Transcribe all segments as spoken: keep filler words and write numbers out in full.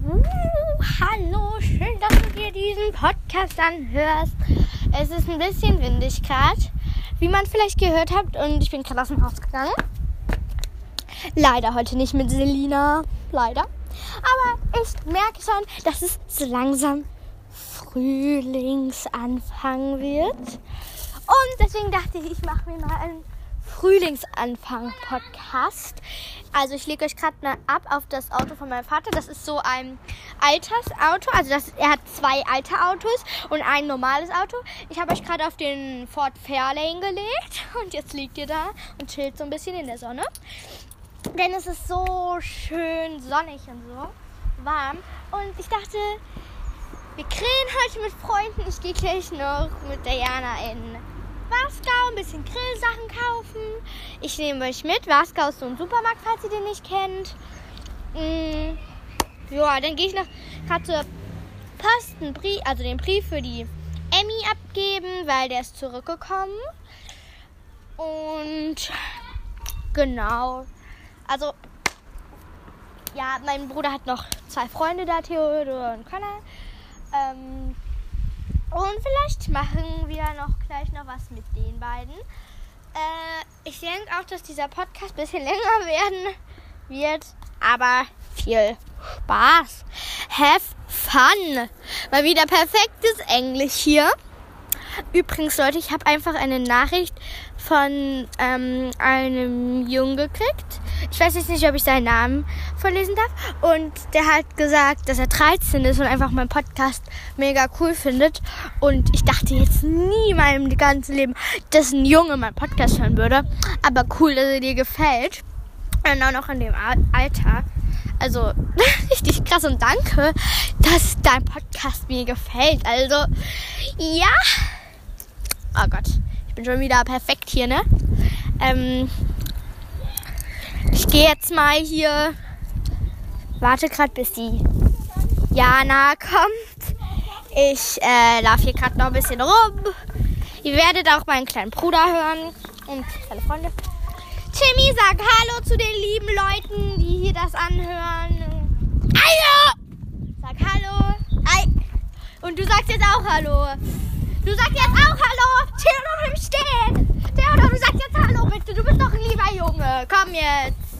Uh, hallo, schön, dass du dir diesen Podcast anhörst. Es ist ein bisschen windig gerade, wie man vielleicht gehört habt, und ich bin gerade aus dem Haus gegangen. Leider heute nicht mit Selina, leider. Aber ich merke schon, dass es so langsam Frühlingsanfang wird. Und deswegen dachte ich, ich mache mir mal einen Frühlingsanfang-Podcast. Also ich lege euch gerade mal ab auf das Auto von meinem Vater. Das ist so ein Altersauto. Also das, er hat zwei alte Autos und ein normales Auto. Ich habe euch gerade auf den Ford Fairlane gelegt. Und jetzt liegt ihr da und chillt so ein bisschen in der Sonne. Denn es ist so schön sonnig und so warm. Und ich dachte, wir grillen heute mit Freunden. Ich gehe gleich noch mit der Jana in Wasgau ein bisschen Grillsachen kaufen. Ich nehme euch mit. Wasgau ist so ein Supermarkt, falls ihr den nicht kennt. Mm, ja, dann gehe ich noch gerade zur Post, einen Brief, also den Brief für die Emmy abgeben, weil der ist zurückgekommen. Und genau. Also, ja, mein Bruder hat noch zwei Freunde da, Theodor und Connor. Ähm, und vielleicht machen wir noch gleich noch was mit den beiden. Äh, ich denke auch, dass dieser Podcast ein bisschen länger werden wird, aber viel Spaß. Have fun. Mal wieder perfektes Englisch hier. Übrigens, Leute, ich habe einfach eine Nachricht von ähm, einem Jungen gekriegt. Ich weiß jetzt nicht, ob ich seinen Namen vorlesen darf. Und der hat gesagt, dass er dreizehn ist und einfach meinen Podcast mega cool findet. Und ich dachte jetzt nie in meinem ganzen Leben, dass ein Junge meinen Podcast hören würde. Aber cool, dass er dir gefällt. Und auch noch in dem Alter. Also, richtig krass, und danke, dass dein Podcast mir gefällt. Also, ja. Oh Gott, ich bin schon wieder perfekt hier, ne? Ähm, ich gehe jetzt mal hier, warte gerade, bis die Jana kommt. Ich äh, laufe hier gerade noch ein bisschen rum. Ihr werdet auch meinen kleinen Bruder hören und seine Freunde. Timmy, sag Hallo zu den lieben Leuten, die hier das anhören. Hallo! Sag Hallo. Hi. Und du sagst jetzt auch Hallo. Du sagst jetzt auch Hallo. Theodor, bleib stehen. Theodor, du sagst jetzt Hallo, bitte. Du bist doch ein lieber Junge. Komm jetzt.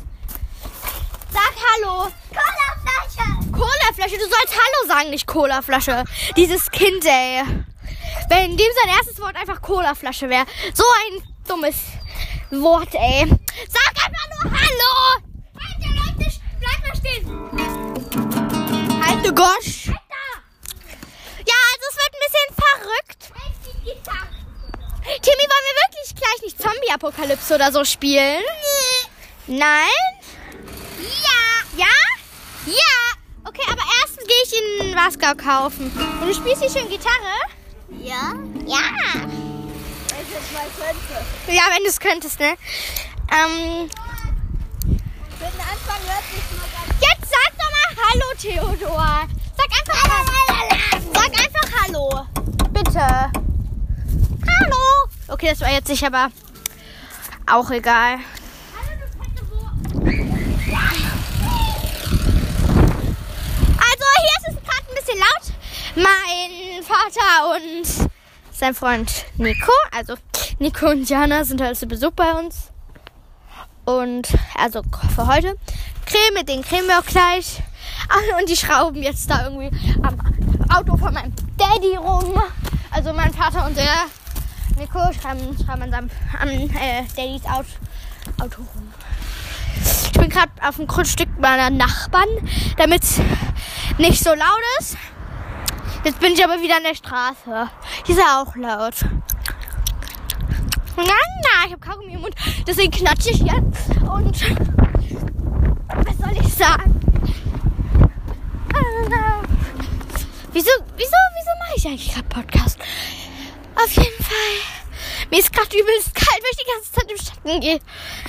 Sag Hallo. Colaflasche. Colaflasche. Du sollst Hallo sagen, nicht Colaflasche. Dieses Kind, ey. Wenn dem sein erstes Wort einfach Colaflasche wäre. So ein dummes Wort, ey. Sag einfach nur Hallo. Halt, Leute, bleib mal stehen. Halt, du Gosch. Halt da. Ja, also es wird ein bisschen verrückt. Timmy, wollen wir wirklich gleich nicht Zombie-Apokalypse oder so spielen? Nee. Nein? Ja. Ja? Ja. Okay, aber erstens gehe ich in Wasgau kaufen. Und du spielst hier schon Gitarre? Ja. Ja. Wenn ich jetzt mal könnte. Ja, wenn du es könntest, ne? Ähm. Für den Anfang hört sich nur ganz... Jetzt sag doch mal Hallo, Theodor. Sag einfach Hallo. Sag einfach Hallo. Bitte. Hallo. Okay, das war jetzt nicht, aber auch egal. Also hier ist es gerade ein bisschen laut. Mein Vater und sein Freund Nico, also Nico und Jana sind halt zu Besuch bei uns. Und also für heute. Creme, mit denen cremen wir auch gleich. Und die schrauben jetzt da irgendwie am Auto von meinem Daddy rum. Also mein Vater und der Nico schreiben, schreiben an seinem an, äh, Daddys Auto, Auto rum. Ich bin gerade auf dem Grundstück meiner Nachbarn, damit es nicht so laut ist. Jetzt bin ich aber wieder an der Straße. Hier ist ja auch laut. Na, na, ich habe Kaugummi im Mund, deswegen knatsche ich jetzt. Und was soll ich sagen? Wieso, wieso, wieso mache ich eigentlich gerade Podcast? Auf jeden Fall. Mir ist gerade übelst kalt, weil ich die ganze Zeit im Schatten gehe.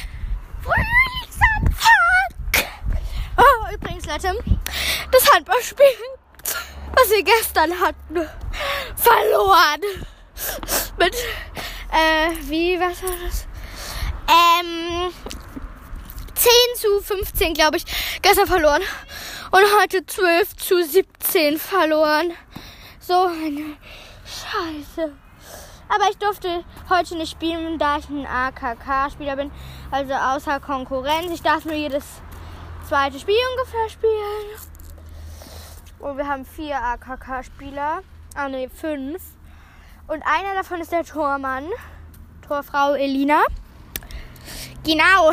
Frühlingsanfang. Oh, übrigens, Leute, das Handballspiel, was wir gestern hatten, verloren. Mit, äh, wie, was war das? Ähm, zehn zu fünfzehn, glaube ich, gestern verloren. und heute zwölf zu siebzehn verloren. So eine Scheiße. Aber ich durfte heute nicht spielen, da ich ein A K K-Spieler bin. Also außer Konkurrenz. Ich darf nur jedes zweite Spiel ungefähr spielen. Und wir haben vier A K K-Spieler. Ah ne, fünf. Und einer davon ist der Tormann. Torfrau Elina. Genau.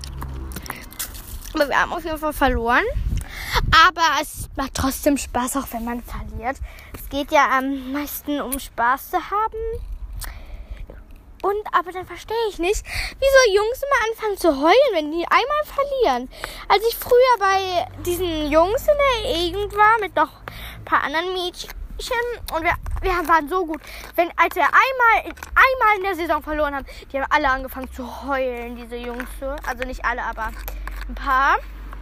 Aber wir haben auf jeden Fall verloren. Aber es macht trotzdem Spaß, auch wenn man verliert. Es geht ja am meisten um Spaß zu haben. Und, aber dann verstehe ich nicht, wieso Jungs immer anfangen zu heulen, wenn die einmal verlieren. Als ich früher bei diesen Jungs in der Gegend war, mit noch ein paar anderen Mädchen, und wir, wir waren so gut. Wenn, als wir einmal, einmal in der Saison verloren haben, die haben alle angefangen zu heulen, diese Jungs. Also nicht alle, aber ein paar.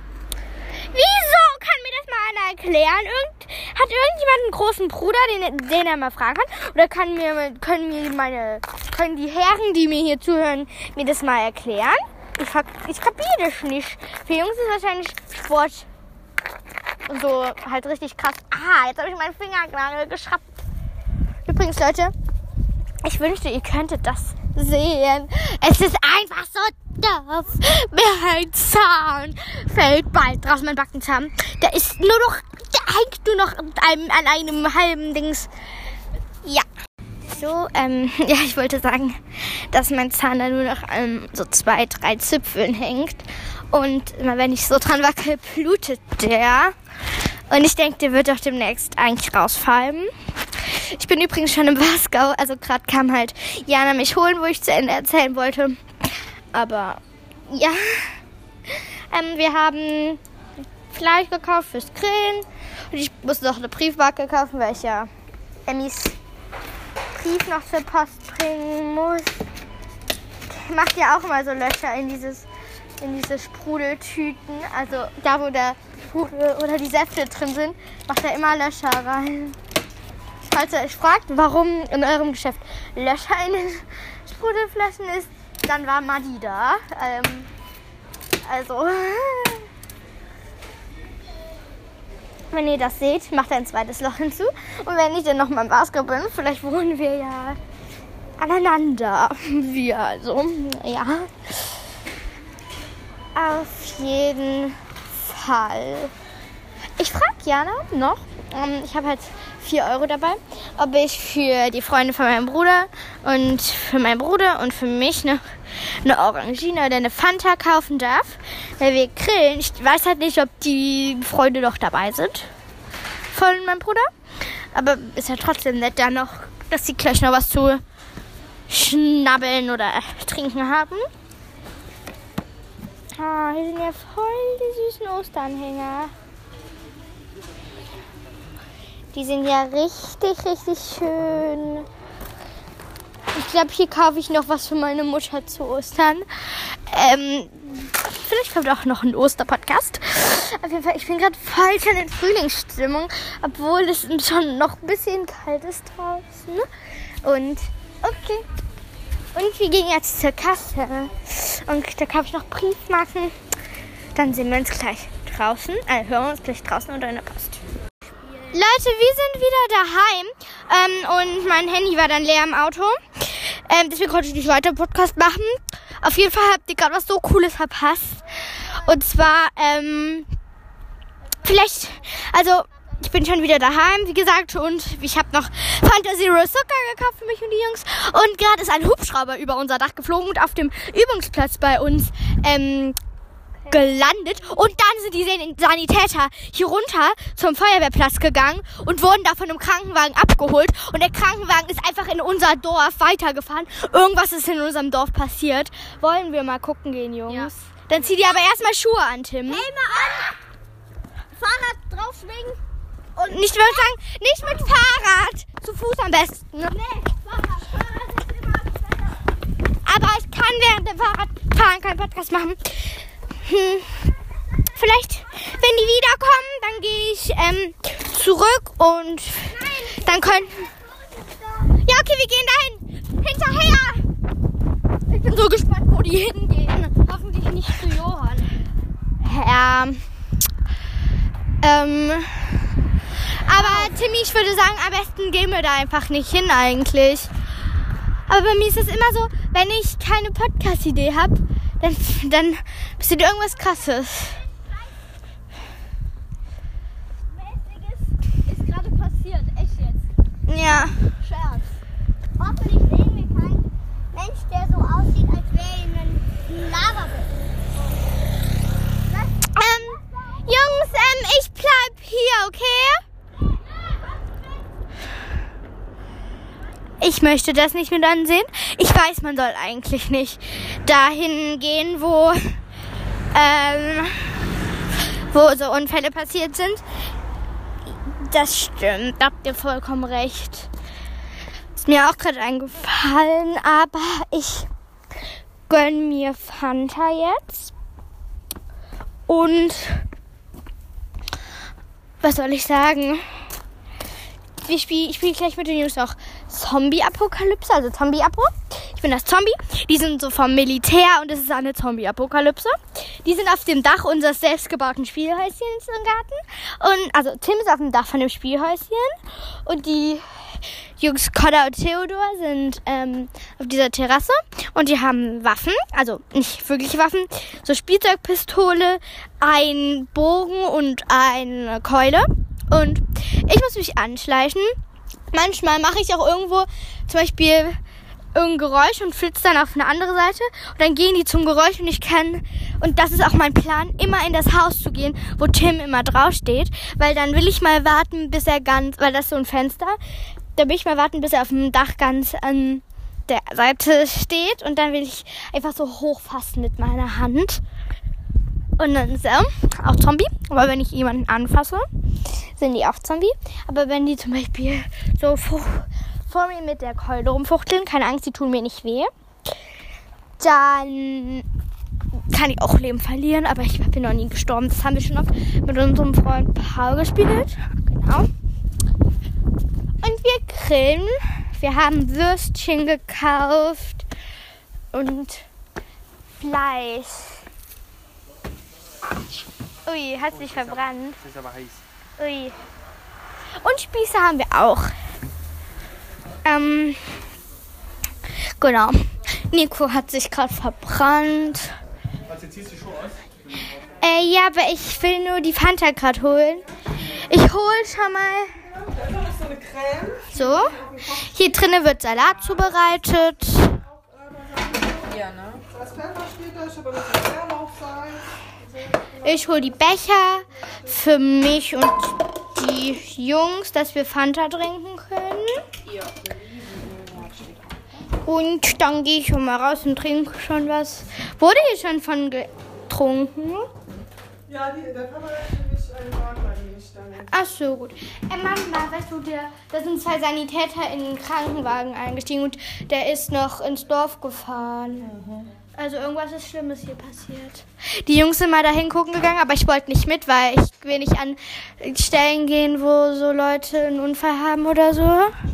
Wieso? Kann mir das mal einer erklären? Irgend, hat irgendjemand einen großen Bruder, den, den er mal fragen kann? Oder kann mir, können mir meine, können die Herren, die mir hier zuhören, mir das mal erklären? Ich, ich kapiere das nicht. Für Jungs ist wahrscheinlich Sport und so halt richtig krass. Ah, jetzt habe ich meinen Fingernagel geschraubt. Übrigens, Leute, ich wünschte, ihr könntet das sehen. Es ist einfach so doof. Mir ein Zahn fällt bald raus, mein Backenzahn. Der ist nur noch, der hängt nur noch an einem, an einem halben Dings. Ja. So, ähm, ja, ich wollte sagen, dass mein Zahn da nur noch an so zwei, drei Zipfeln hängt. Und immer wenn ich so dran wackel, blutet der. Und ich denke, der wird doch demnächst eigentlich rausfallen. Ich bin übrigens schon im Wasgau. Also gerade kam halt Jana mich holen, wo ich zu Ende erzählen wollte. Aber ja, ähm, wir haben Fleisch gekauft fürs Grillen. Und ich musste noch eine Briefmarke kaufen, weil ich ja Emmys Brief noch zur Post bringen muss. Macht ja auch immer so Löcher in dieses in diese Sprudeltüten. Also da, wo der Sprudel oder die Säfte drin sind, macht er immer Löcher rein. Falls ihr euch fragt, warum in eurem Geschäft Löcher in den Sprudelflaschen ist, dann war Madi da. Ähm, also, wenn ihr das seht, macht er ein zweites Loch hinzu. Und wenn ich dann noch mal im Wasgau bin, vielleicht wohnen wir ja aneinander. Wir also, ja. Auf jeden Fall. Ich frage Jana noch, ähm, ich habe halt vier Euro dabei, ob ich für die Freunde von meinem Bruder und für meinen Bruder und für mich noch eine Orangina oder eine Fanta kaufen darf, weil wir grillen. Ich weiß halt nicht, ob die Freunde noch dabei sind von meinem Bruder, aber ist ja trotzdem nett, da noch, dass sie gleich noch was zu schnabbeln oder trinken haben. Ah, hier sind ja voll die süßen Osteranhänger. Die sind ja richtig, richtig schön. Ich glaube, hier kaufe ich noch was für meine Mutter zu Ostern. Ähm, vielleicht kommt auch noch ein Osterpodcast. Auf jeden Fall, ich bin gerade voll schon in Frühlingsstimmung, obwohl es schon noch ein bisschen kalt ist draußen. Und okay. Und wir gehen jetzt zur Kasse. Und da kaufe ich noch Briefmarken. Dann sehen wir uns gleich draußen. Äh, hören wir uns gleich draußen oder in der Post. Leute, wir sind wieder daheim. Ähm, und mein Handy war dann leer im Auto. Ähm, deswegen konnte ich nicht weiter Podcast machen. Auf jeden Fall habt ihr gerade was so Cooles verpasst. Und zwar, ähm, vielleicht, also, ich bin schon wieder daheim, wie gesagt, und ich habe noch Fanta Zero Zucker gekauft für mich und die Jungs. Und gerade ist ein Hubschrauber über unser Dach geflogen und auf dem Übungsplatz bei uns ähm, gelandet. Und dann sind die Sanitäter hier runter zum Feuerwehrplatz gegangen und wurden da von einem Krankenwagen abgeholt. Und der Krankenwagen ist einfach in unser Dorf weitergefahren. Irgendwas ist in unserem Dorf passiert. Wollen wir mal gucken gehen, Jungs? Ja. Dann zieh dir aber erstmal Schuhe an, Tim. Helme an! Fahrrad draufschwingen! Und nicht, würde sagen, nicht mit Fahrrad. Zu Fuß am besten. Ne? Nee, Fahrrad. Fahrrad ist immer besser. Aber ich kann während dem Fahrradfahren keinen Podcast machen. Hm. Vielleicht, wenn die wiederkommen, dann gehe ich ähm, zurück und Nein, dann können... Ja, okay, wir gehen dahin. Hinterher. Ich bin so gespannt, wo die hingehen. Hoffentlich nicht zu Johann. Ja... Ähm, aber Timmy, ich würde sagen, am besten gehen wir da einfach nicht hin eigentlich. Aber bei mir ist es immer so, wenn ich keine Podcast-Idee habe, dann, dann passiert irgendwas Krasses. Mäßiges ist gerade passiert, echt jetzt. Ja. Scherz. Hoffentlich sehen wir keinen Mensch, der so aussieht, als wäre ihm ein Lavabild. Ähm, Jungs, ähm, ich bleib hier, okay? Ich möchte das nicht mit ansehen. Ich weiß, man soll eigentlich nicht dahin gehen, wo, ähm, wo so Unfälle passiert sind. Das stimmt, da habt ihr vollkommen recht. Ist mir auch gerade eingefallen, aber ich gönn mir Fanta jetzt. Und was soll ich sagen? Ich spiele spiel gleich mit den Jungs noch Zombie-Apokalypse, also Zombie-Apo. Ich bin das Zombie. Die sind so vom Militär und es ist eine Zombie-Apokalypse. Die sind auf dem Dach unseres selbstgebauten Spielhäuschens im Garten. Und also Tim ist auf dem Dach von dem Spielhäuschen. Und die Jungs Connor und Theodor sind ähm, auf dieser Terrasse. Und die haben Waffen, also nicht wirklich Waffen, so Spielzeugpistole, ein Bogen und eine Keule. Und ich muss mich anschleichen. Manchmal mache ich auch irgendwo zum Beispiel irgendein Geräusch und flitze dann auf eine andere Seite. Und dann gehen die zum Geräusch und ich kann, und das ist auch mein Plan, immer in das Haus zu gehen, wo Tim immer draufsteht. Weil dann will ich mal warten, bis er ganz, weil das ist so ein Fenster, da will ich mal warten, bis er auf dem Dach ganz an der Seite steht. Und dann will ich einfach so hochfassen mit meiner Hand. Und dann ist er auch Zombie. Aber wenn ich jemanden anfasse, sind die auch Zombie. Aber wenn die zum Beispiel so vor, vor mir mit der Keule rumfuchteln, keine Angst, die tun mir nicht weh, dann kann ich auch Leben verlieren. Aber ich bin noch nie gestorben. Das haben wir schon oft mit unserem Freund Paul gespielt. Genau. Und wir grillen. Wir haben Würstchen gekauft und Fleisch. Ui, hat sich verbrannt. Das ist aber heiß. Ui. Und Spieße haben wir auch. Ähm, genau. Nico hat sich gerade verbrannt. Was, jetzt ziehst du schon aus? Äh, ja, aber ich will nur die Fanta gerade holen. Ich hole schon mal. Da ist noch so eine Creme. So. Hier drinnen wird Salat zubereitet. Ja, ne? Das Pfeffer steht da, ich habe aber das Bärlauch sein. Ich hole die Becher für mich und die Jungs, dass wir Fanta trinken können. Und dann gehe ich schon mal raus und trinke schon was. Wurde hier schon von getrunken? Ja, die, der Papa hat nämlich einen Wagen bei mir nicht damit. Ach so, gut. Äh, Mama, weißt du, der, da sind zwei Sanitäter in den Krankenwagen eingestiegen und der ist noch ins Dorf gefahren. Mhm. Also irgendwas ist Schlimmes hier passiert. Die Jungs sind mal dahin gucken gegangen, aber ich wollte nicht mit, weil ich will nicht an Stellen gehen, wo so Leute einen Unfall haben oder so.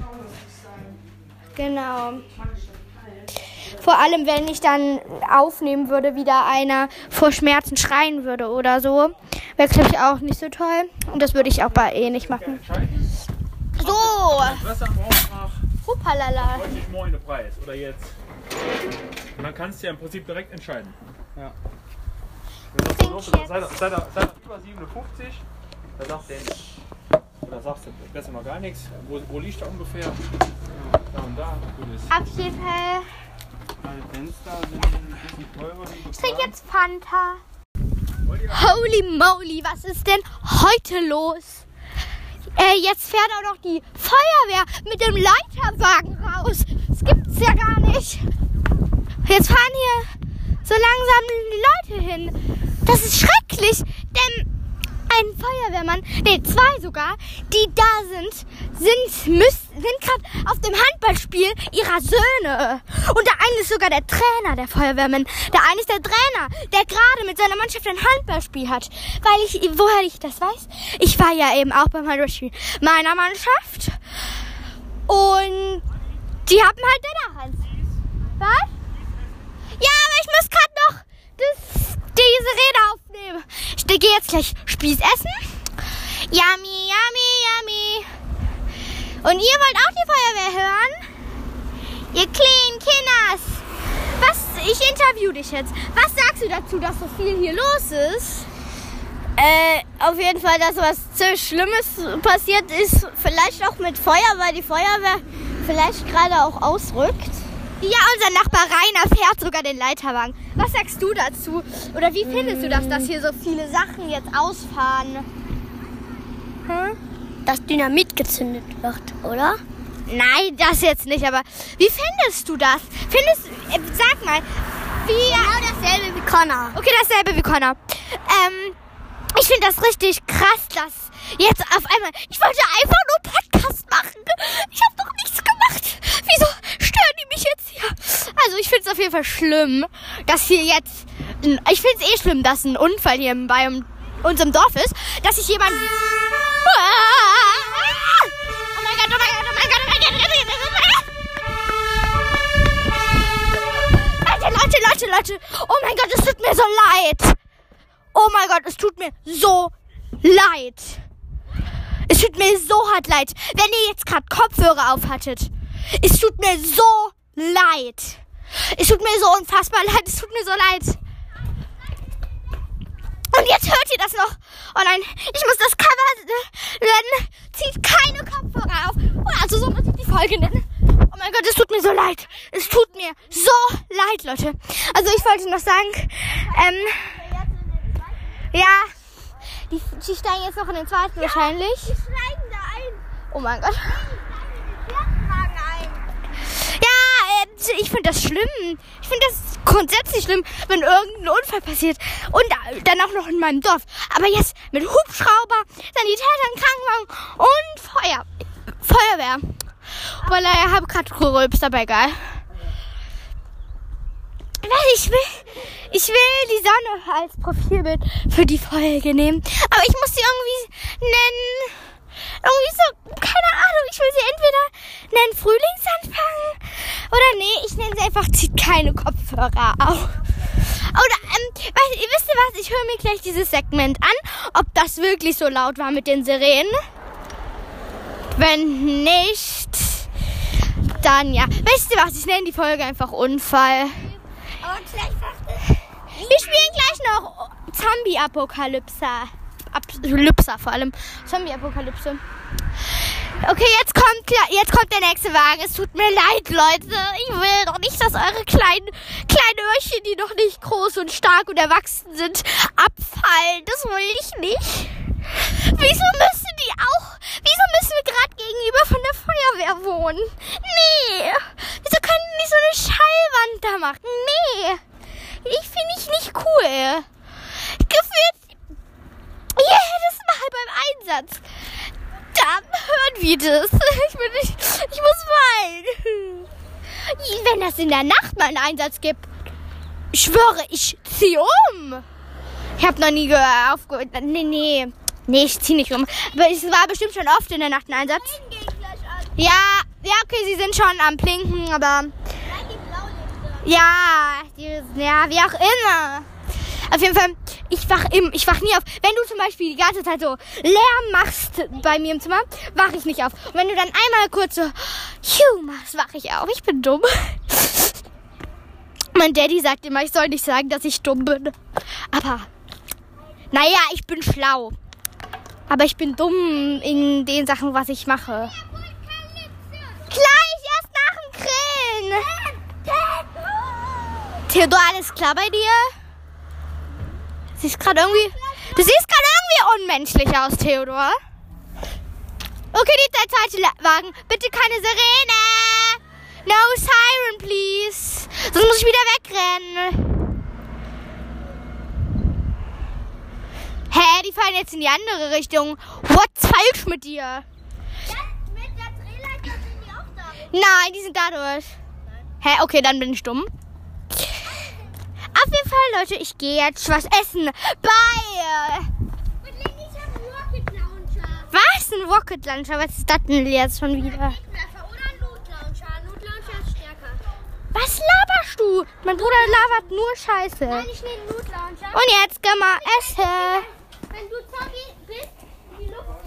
Genau. Vor allem, wenn ich dann aufnehmen würde, wie da einer vor Schmerzen schreien würde oder so. Wäre, glaube ich, auch nicht so toll. Und das würde ich auch bei eh nicht machen. So. Wasser braucht nach Hupalala. heute nicht morgen der Preis oder jetzt. Und dann kannst du ja im Prinzip direkt entscheiden. Ja. Wenn du sagst, sei, sei, sei, sei über siebenundfünfzig, da sagt der nicht. Oder sagst du besser noch gar nichts. Wo, wo liegt er ungefähr? Ja, da und da. Gut ist. Auf jeden Fall. Meine Fenster sind ein bisschen teurer. Ich trinke jetzt Fanta. Holy moly, was ist denn heute los? Äh, jetzt fährt auch noch die Feuerwehr mit dem Leiterwagen raus. Das gibt's ja gar nicht. Jetzt fahren hier so langsam die Leute hin. Das ist schrecklich, denn ein Feuerwehrmann, nee, zwei sogar, die da sind, sind, müssen, sind gerade auf dem Handballspiel ihrer Söhne. Und der eine ist sogar der Trainer der Feuerwehrmann. Der eine ist der Trainer, der gerade mit seiner Mannschaft ein Handballspiel hat. Weil ich, woher ich das weiß? Ich war ja eben auch beim Handballspiel meiner Mannschaft. Und die haben halt danach eins. Was? Ja, aber ich muss gerade noch das, diese Rede aufnehmen. Ich gehe jetzt gleich Spieß essen. Yummy, yummy, yummy. Und ihr wollt auch die Feuerwehr hören? Ihr kleinen Kinders. Was, ich interview dich jetzt. Was sagst du dazu, dass so viel hier los ist? Äh, auf jeden Fall, dass was ziemlich Schlimmes passiert ist. Vielleicht auch mit Feuer, weil die Feuerwehr vielleicht gerade auch ausrückt. Ja, unser Nachbar Rainer fährt sogar den Leiterwagen. Was sagst du dazu? Oder wie findest du das, dass hier so viele Sachen jetzt ausfahren? Hm? Dass Dynamit gezündet wird, oder? Nein, das jetzt nicht, aber wie findest du das? Findest, äh, sag mal, wie... Genau dasselbe wie Connor. Okay, dasselbe wie Connor. Ähm, ich finde das richtig krass, dass jetzt auf einmal... Ich wollte einfach nur Podcast machen. Ich habe doch nichts gemacht. Wieso stören die mich jetzt hier? Also ich finde es auf jeden Fall schlimm, dass hier jetzt... Ich finde es eh schlimm, dass ein Unfall hier bei unserem Dorf ist. Dass sich jemand... Oh mein Gott, oh mein Gott, oh mein Gott, oh mein Gott, oh mein Gott. Leute, Leute, Leute, Leute. Oh mein Gott, es tut mir so leid. Oh mein Gott, es tut mir so leid. Es tut mir so hart leid, wenn ihr jetzt gerade Kopfhörer aufhattet. Es tut mir so leid. Es tut mir so unfassbar leid. Es tut mir so leid. Und jetzt hört ihr das noch. Oh nein, ich muss das Cover nennen. Zieht keine Kopfhörer auf. Also so muss ich die Folge nennen. Oh mein Gott, es tut mir so leid. Es tut mir so leid, Leute. Also ich wollte noch sagen, ähm, ja, die, die steigen jetzt noch in den zweiten wahrscheinlich. Die steigen da ein. Oh mein Gott. Die Pferdwagen ein. Ja, äh, ich finde das schlimm. Ich finde das grundsätzlich schlimm, wenn irgendein Unfall passiert. Und dann auch noch in meinem Dorf. Aber jetzt mit Hubschrauber, Sanitätern, Krankenwagen und Feuer. Feuerwehr. Weil ich habe gerade gerülpst, aber egal. Ich will, ich will die Sonne als Profilbild für die Folge nehmen. Aber ich muss sie irgendwie nennen. Irgendwie so, keine Ahnung. Ich will sie entweder nennen Frühlingsanfang. Oder nee, ich nenne sie einfach, zieht keine Kopfhörer auf. Oder, ähm, weißt, ihr wisst ihr was? Ich höre mir gleich dieses Segment an, ob das wirklich so laut war mit den Sirenen. Wenn nicht, dann ja. Wisst ihr was? Ich nenne die Folge einfach Unfall. Aber gleich sagt Wir spielen gleich noch Zombie-Apokalypse. Apokalypse vor allem. Zombie-Apokalypse. Okay, jetzt kommt, jetzt kommt der nächste Wagen. Es tut mir leid, Leute. Ich will doch nicht, dass eure kleinen, kleinen Öhrchen, die noch nicht groß und stark und erwachsen sind, abfallen. Das will ich nicht. Wieso müssen die auch, wieso müssen wir gerade gegenüber von der Feuerwehr wohnen? Nee. Wieso können die nicht so eine Schallwand da machen? Nee. Ich finde ich nicht cool. Gefühlt jedes Mal beim Einsatz. Dann hören wir das. Ich bin nicht, ich muss weinen. Wenn das in der Nacht mal einen Einsatz gibt, schwöre, ich ziehe um. Ich habe noch nie aufgehört. Nee, nee. Nee, ich ziehe nicht um. Aber es war bestimmt schon oft in der Nacht ein Einsatz. Ja, ja, okay, sie sind schon am Blinken, aber... Ja, die, ja, wie auch immer. Auf jeden Fall, ich wach, im, ich wach nie auf. Wenn du zum Beispiel die ganze Zeit so Lärm machst bei mir im Zimmer, wach ich nicht auf. Und wenn du dann einmal kurz so Hiu machst, wach ich auf. Ich bin dumm. Mein Daddy sagt immer, ich soll nicht sagen, dass ich dumm bin. Aber, naja, ich bin schlau. Aber ich bin dumm in den Sachen, was ich mache. Gleich, erst nach dem Grillen. Theodor, alles klar bei dir? Siehst gerade irgendwie... Du siehst gerade irgendwie unmenschlich aus, Theodor. Okay, die zweite Wagen. Bitte keine Sirene. No siren, please. Sonst muss ich wieder wegrennen. Hä, die fahren jetzt in die andere Richtung. What's falsch mit dir? Ja, mit der Drehleiter sind die auch da. Nein, die sind dadurch. Hä, okay, dann bin ich dumm. Auf jeden Fall, Leute, ich gehe jetzt was essen. Bye! Und Lenny, ich hab einen Rocket Launcher. Was? Ein Rocket Launcher? Was ist das denn jetzt schon wieder? Wegwerfer oder ein Notlauncher. Ein Notlauncher ist stärker. Was laberst du? Mein Bruder labert nur Scheiße. Nein, ich nehme einen Notlauncher. Und jetzt gehen wir essen. Wenn du Zombie bist, die Luft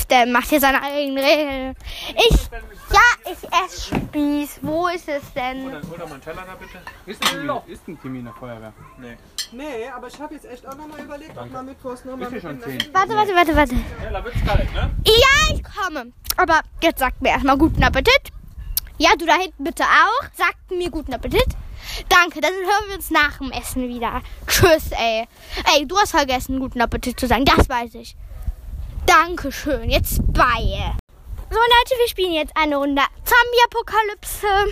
Spieß, der macht hier seine eigenen Regeln. Ich, ja, ich esse Spieß. Wo ist es denn? Oder, oder mal einen Teller da bitte. Ist ein Kimi, ist ein Kimi in der Feuerwehr? Nee. Nee, aber ich habe jetzt echt auch nochmal überlegt, ob man Mittwochs nochmal Ist ja schon zehn. Warte, warte, warte, warte. Ja, da wird's kalt, ne? Ja, ich komme. Aber jetzt sagt mir erstmal guten Appetit. Ja, du da hinten bitte auch. Sagt mir guten Appetit. Danke, dann hören wir uns nach dem Essen wieder. Tschüss, ey. Ey, du hast vergessen, guten Appetit zu sagen. Das weiß ich. Dankeschön. Jetzt bye. So, Leute, wir spielen jetzt eine Runde Zombie-Apokalypse.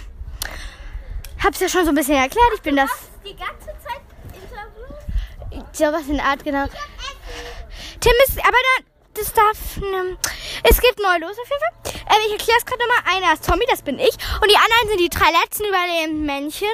Hab's ja schon so ein bisschen erklärt. Ich bin das... Die ganze Zeit Interviews? Sowas in der Art, genau. Tim ist... Aber dann... Das darf... Ne, es geht neu los auf jeden Fall. Ähm, ich erkläre es gerade nochmal. Einer ist Zombie, das bin ich. Und die anderen sind die drei letzten überlebenden Männchen.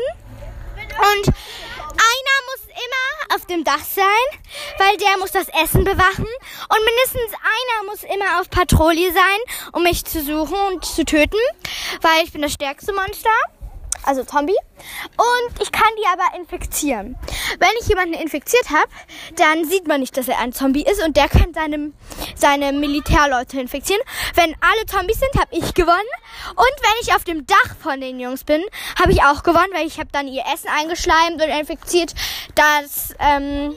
Und einer muss immer auf dem Dach sein, weil der muss das Essen bewachen. Und mindestens einer muss immer auf Patrouille sein, um mich zu suchen und zu töten. Weil ich bin das stärkste Monster. Also Zombie. Und ich kann die aber infizieren. Wenn ich jemanden infiziert habe, dann sieht man nicht, dass er ein Zombie ist. Und der kann seine, seine Militärleute infizieren. Wenn alle Zombies sind, habe ich gewonnen. Und wenn ich auf dem Dach von den Jungs bin, habe ich auch gewonnen, weil ich habe dann ihr Essen eingeschleimt und infiziert, dass, ähm,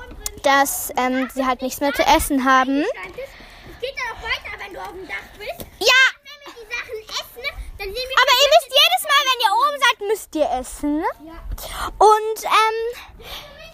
dass ähm, sie halt nichts mehr zu essen haben. Es geht ja noch weiter, wenn du auf dem Dach bist. Ja! Wenn wir die Sachen essen, dann sehen wir... Aber ihr müsst jedes Mal, wenn ihr oben seid, müsst ihr essen. Ja. Und, ähm,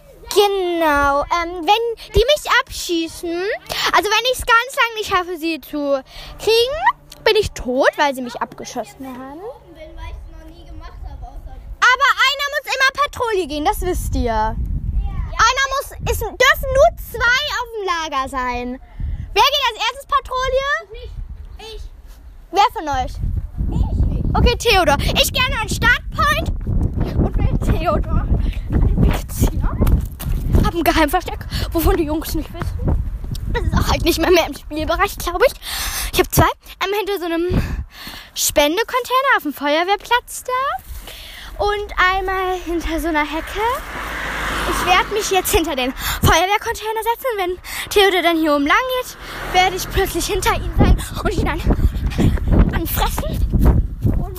genau, ähm, wenn die mich abschießen, also wenn ich es ganz lang nicht schaffe, sie zu kriegen, bin ich tot, weil sie mich abgeschossen haben. Weil ich es noch nie gemacht habe, außer... Aber einer muss immer Patrouille gehen, das wisst ihr. Ja. Einer muss, es dürfen nur zwei auf dem Lager sein. Wer geht als erstes Patrouille? Nicht ich. Wer von euch? Ich nicht. Okay, Theodor. Ich gehe an den Startpoint. Und wenn Theodor ein Offizier hab ein Geheimversteck, wovon die Jungs nicht wissen. Das ist auch halt nicht mehr, mehr im Spielbereich, glaube ich. Ich habe zwei. Einmal hinter so einem Spendecontainer auf dem Feuerwehrplatz da. Und einmal hinter so einer Hecke. Ich werde mich jetzt hinter den Feuerwehrcontainer setzen. Wenn Theodor dann hier oben lang geht, werde ich plötzlich hinter ihm sein und ihn dann anfressen. Und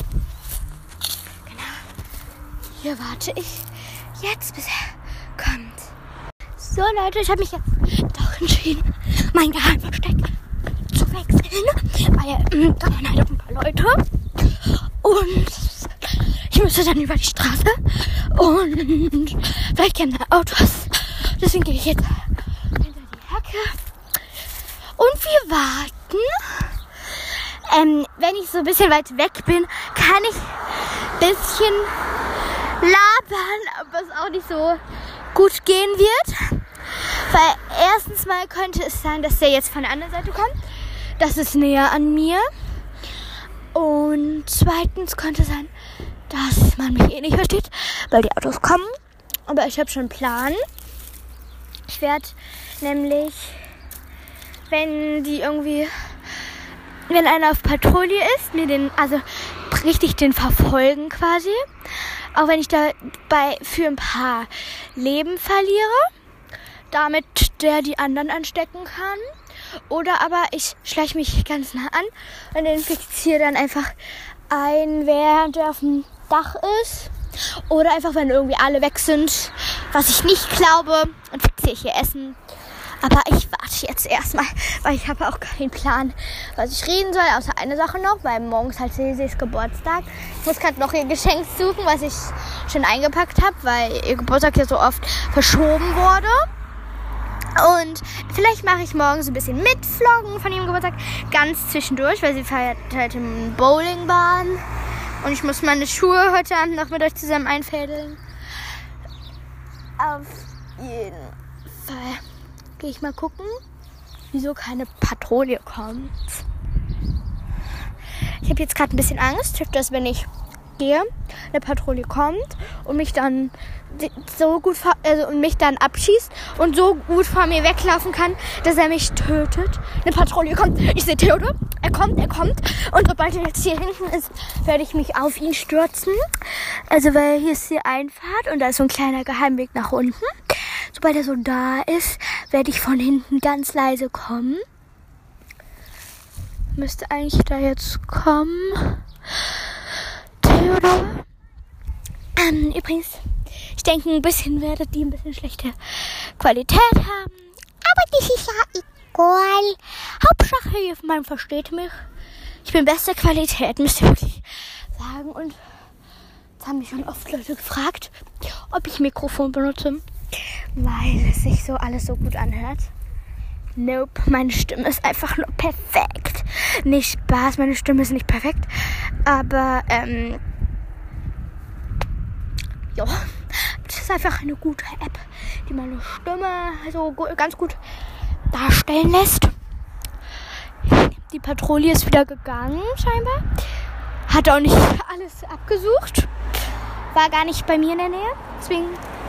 genau, hier warte ich jetzt, bis er kommt. So Leute, ich habe mich jetzt doch entschieden, mein Geheimversteck zu wechseln. Weil ähm, da waren halt auch ein paar Leute. Und ich müsste dann über die Straße. Und vielleicht kämen da Autos. Deswegen gehe ich jetzt hinter die Hecke. Und wir warten. Ähm, wenn ich so ein bisschen weit weg bin, kann ich ein bisschen labern, aber es auch nicht so gut gehen wird. Weil erstens mal könnte es sein, dass der jetzt von der anderen Seite kommt. Das ist näher an mir. Und zweitens könnte es sein, dass man mich eh nicht versteht, weil die Autos kommen. Aber ich habe schon einen Plan. Ich werde nämlich, wenn die irgendwie, wenn einer auf Patrouille ist, mir den, also richtig den verfolgen quasi. Auch wenn ich dabei für ein paar Leben verliere, damit der die anderen anstecken kann. Oder aber ich schleiche mich ganz nah an und infiziere dann einfach ein, während er auf dem Dach ist. Oder einfach, wenn irgendwie alle weg sind, was ich nicht glaube, und fixiere ich hier Essen. Aber ich warte jetzt erstmal, weil ich habe auch keinen Plan, was ich reden soll, außer eine Sache noch, weil morgen ist halt Cecilis Geburtstag. Ich muss gerade noch ihr Geschenk suchen, was ich schon eingepackt habe, weil ihr Geburtstag ja so oft verschoben wurde. Und vielleicht mache ich morgen so ein bisschen Mitvloggen von ihrem Geburtstag, ganz zwischendurch, weil sie feiert halt im Bowlingbahn. Und ich muss meine Schuhe heute Abend noch mit euch zusammen einfädeln. Auf jeden Fall gehe ich mal gucken, wieso keine Patrouille kommt. Ich habe jetzt gerade ein bisschen Angst, dass wenn ich gehe, eine Patrouille kommt und mich dann so gut vor, also und mich dann abschießt und so gut vor mir weglaufen kann, dass er mich tötet. Eine Patrouille kommt. Ich sehe Theodor. Er kommt, er kommt. Und sobald er jetzt hier hinten ist, werde ich mich auf ihn stürzen. Also weil hier ist die Einfahrt und da ist so ein kleiner Geheimweg nach unten. Sobald er so da ist, werde ich von hinten ganz leise kommen. Müsste eigentlich da jetzt kommen. Theodor. Ähm, übrigens, ich denke, ein bisschen werdet ihr ein bisschen schlechte Qualität haben. Aber das ist ja egal. Hauptsache, man versteht mich. Ich bin beste Qualität, müsst ihr wirklich sagen. Und jetzt haben mich schon oft Leute gefragt, ob ich Mikrofon benutze, weil es sich so alles so gut anhört. Nope, meine Stimme ist einfach nur perfekt. Nicht Spaß, meine Stimme ist nicht perfekt. Aber, ähm, ja, das ist einfach eine gute App, die meine Stimme so gu- ganz gut darstellen lässt. Die Patrouille ist wieder gegangen, scheinbar. Hat auch nicht alles abgesucht. War gar nicht bei mir in der Nähe. Deswegen.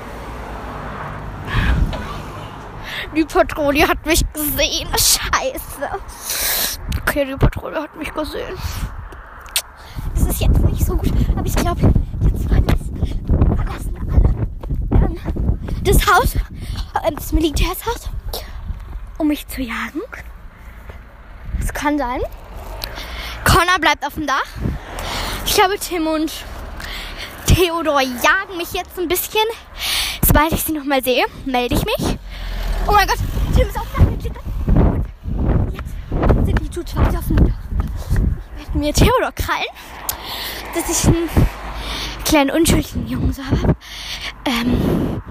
Die Patrouille hat mich gesehen. Scheiße. Okay, die Patrouille hat mich gesehen. Das ist jetzt nicht so gut. Aber ich glaube, jetzt verlassen, verlassen alle ähm, das Haus, äh, das Militärshaus, um mich zu jagen. Das kann sein. Connor bleibt auf dem Dach. Ich glaube, Tim und Theodor jagen mich jetzt ein bisschen. Sobald ich sie nochmal sehe, melde ich mich. Oh mein Gott, Tim ist auf dem Dach geklettert. Jetzt sind die zu zweit auf dem Dach. Ich werde mir Theodor krallen, dass ich einen kleinen unschuldigen Jungen so habe. Ähm,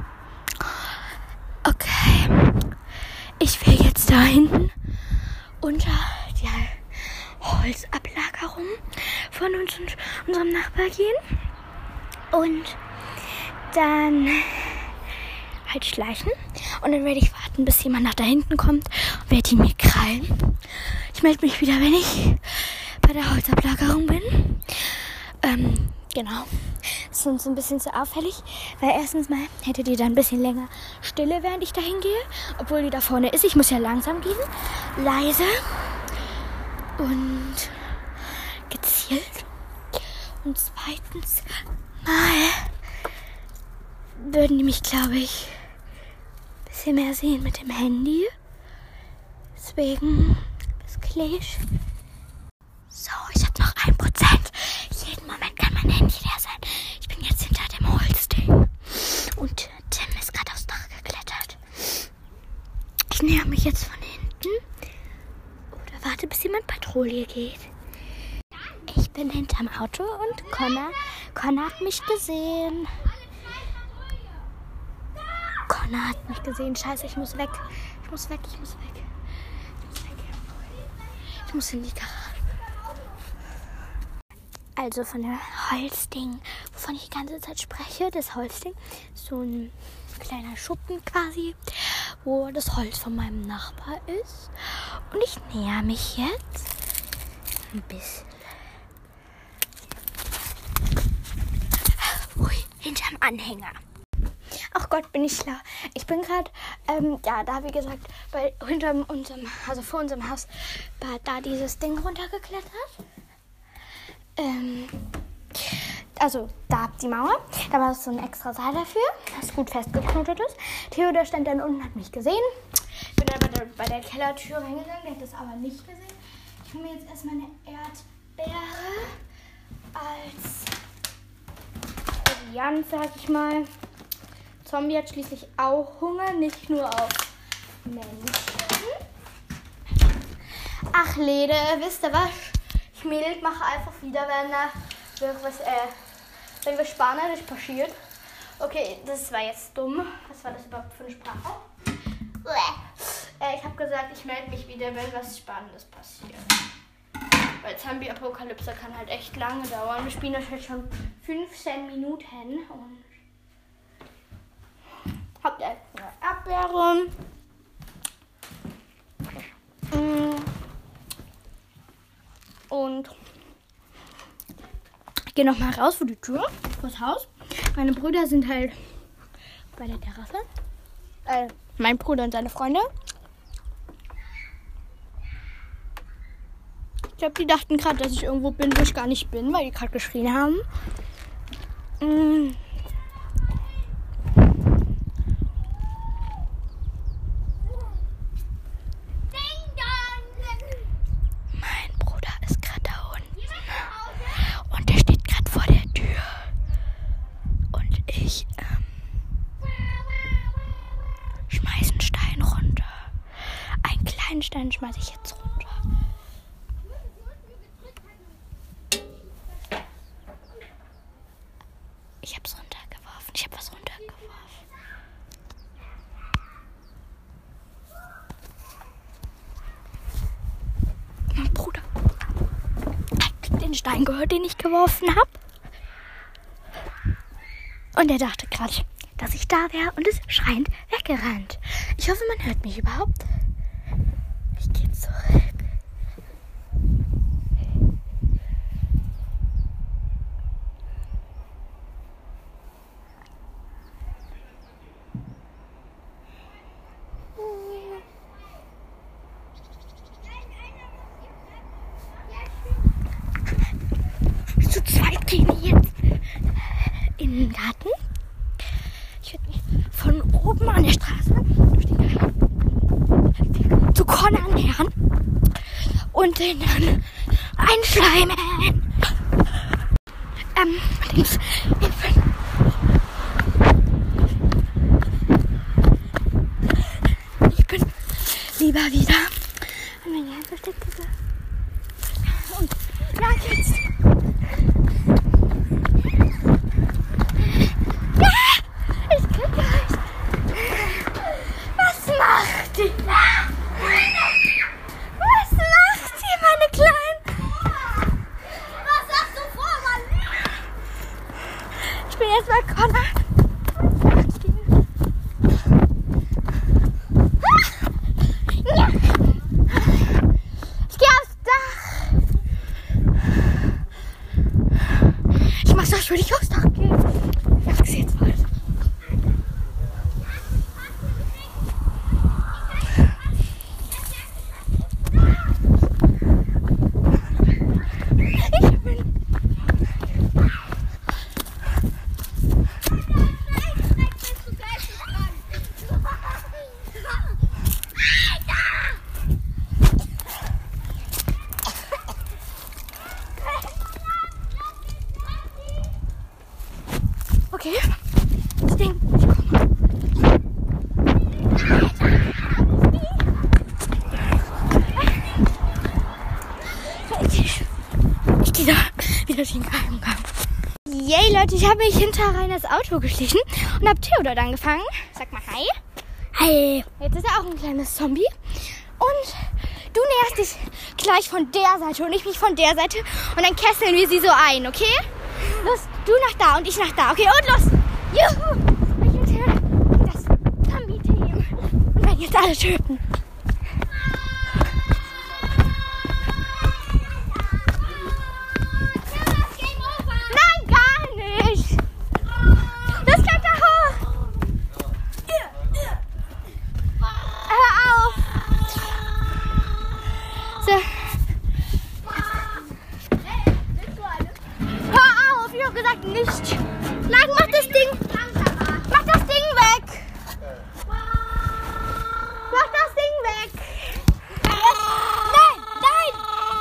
okay. Ich will jetzt da hinten unter die Holzablagerung von uns und unserem Nachbar gehen und dann halt schleichen und dann werde ich warten, bis jemand nach da hinten kommt und werde ihn mir krallen. Ich melde mich wieder, wenn ich bei der Holzablagerung bin. Ähm, genau. Das ist uns ein bisschen zu auffällig, weil erstens mal hättet ihr da ein bisschen länger Stille, während ich dahin gehe, obwohl die da vorne ist. Ich muss ja langsam gehen, leise und gezielt. Und zweitens mal würden die mich, glaube ich, ein bisschen mehr sehen mit dem Handy. Deswegen, bis gleich. So, ich habe noch ein Prozent. Jeden Moment kann mein Handy leer sein. Ich bin jetzt hinter dem Holzding. Und Tim ist gerade aufs Dach geklettert. Ich näher mich jetzt von hinten. Oder warte, bis jemand Patrouille geht. Ich bin hinterm Auto und Connor, Connor hat mich gesehen. Connor hat mich gesehen. Scheiße, ich muss weg. Ich muss weg, ich muss weg. Ich muss weg. Ich muss in die Garage. Also von der Holzding, wovon ich die ganze Zeit spreche, das Holzding, so ein kleiner Schuppen quasi, wo das Holz von meinem Nachbar ist. Und ich näher mich jetzt ein bisschen. Ui, hinterm Anhänger. Ach Gott, bin ich schlau. Ich bin gerade, ähm, ja, da wie gesagt, bei hinterm unserem, also vor unserem Haus, war da dieses Ding runtergeklettert. Ähm, also da die Mauer, da war so ein extra Seil dafür, das gut festgeknotet ist. Theodor stand dann unten, hat mich gesehen. Ich bin dann bei der, bei der Kellertür reingegangen, der hat das aber nicht gesehen. Ich hole mir jetzt erstmal eine Erdbeere als Proviant, sag ich mal. Zombie hat schließlich auch Hunger, nicht nur auf Menschen. Ach Lede, wisst ihr was? Ich Mädel mache einfach wieder, wenn da was, äh, wenn was Spanisch passiert. Okay, das war jetzt dumm. Was war das überhaupt für eine Sprache? Äh, ich habe gesagt, ich melde mich wieder, wenn was Spannendes passiert. Weil Zombie-Apokalypse kann halt echt lange dauern. Wir spielen das jetzt schon fünfzehn Minuten und habt ihr eine Erdbeere. Und ich gehe nochmal raus vor die Tür, vor das Haus. Meine Brüder sind halt bei der Terrasse. Äh, mein Bruder und seine Freunde. Ich glaube, die dachten gerade, dass ich irgendwo bin, wo ich gar nicht bin, weil die gerade geschrien haben. Mm. Mein kleinen Stein schmeiße ich jetzt runter. Ich hab's runtergeworfen. Ich hab was runtergeworfen. Mein Bruder hat den Stein gehört, den ich geworfen habe. Und er dachte gerade, dass ich da wäre und ist schreiend weggerannt. Ich hoffe, man hört mich überhaupt. Ich gehe zurück. Zu zweit gehen wir jetzt in den Garten. Ich werde mich von oben an der Straße durch den Garten zu Connor nähern und den dann einschleimen. Ähm, links. Ich bin lieber wieder an mein Herz versteckt. Und ja, jetzt. Was macht ihr, meine Kleinen? Was sagst du vor, Mann? Ich bin jetzt bei Connor. Ich gehe aufs Dach. Ich mach das, würde ich aufs Dach gehen. Ja, ich sehe jetzt mal. Okay, das Ding, ich komme. Ich gehe da wieder den Gang. Yay, Leute, ich habe mich hinter Rainers Auto geschlichen und habe Theodor dann gefangen. Sag mal hi. Hi. Jetzt ist er auch ein kleines Zombie. Und du näherst dich gleich von der Seite und ich mich von der Seite. Und dann kesseln wir sie so ein, okay? Los, du nach da und ich nach da. Okay, und los. Juhu. Ich und Theodor, das Zombie-Team. Und werden jetzt alle töten. Nein, gar nicht. Das kommt da hoch. Hör auf. So. Hör auf, ich hab gesagt nicht. Nein, mach das Ding. Mach das Ding weg. Mach das Ding weg. Nein, nein.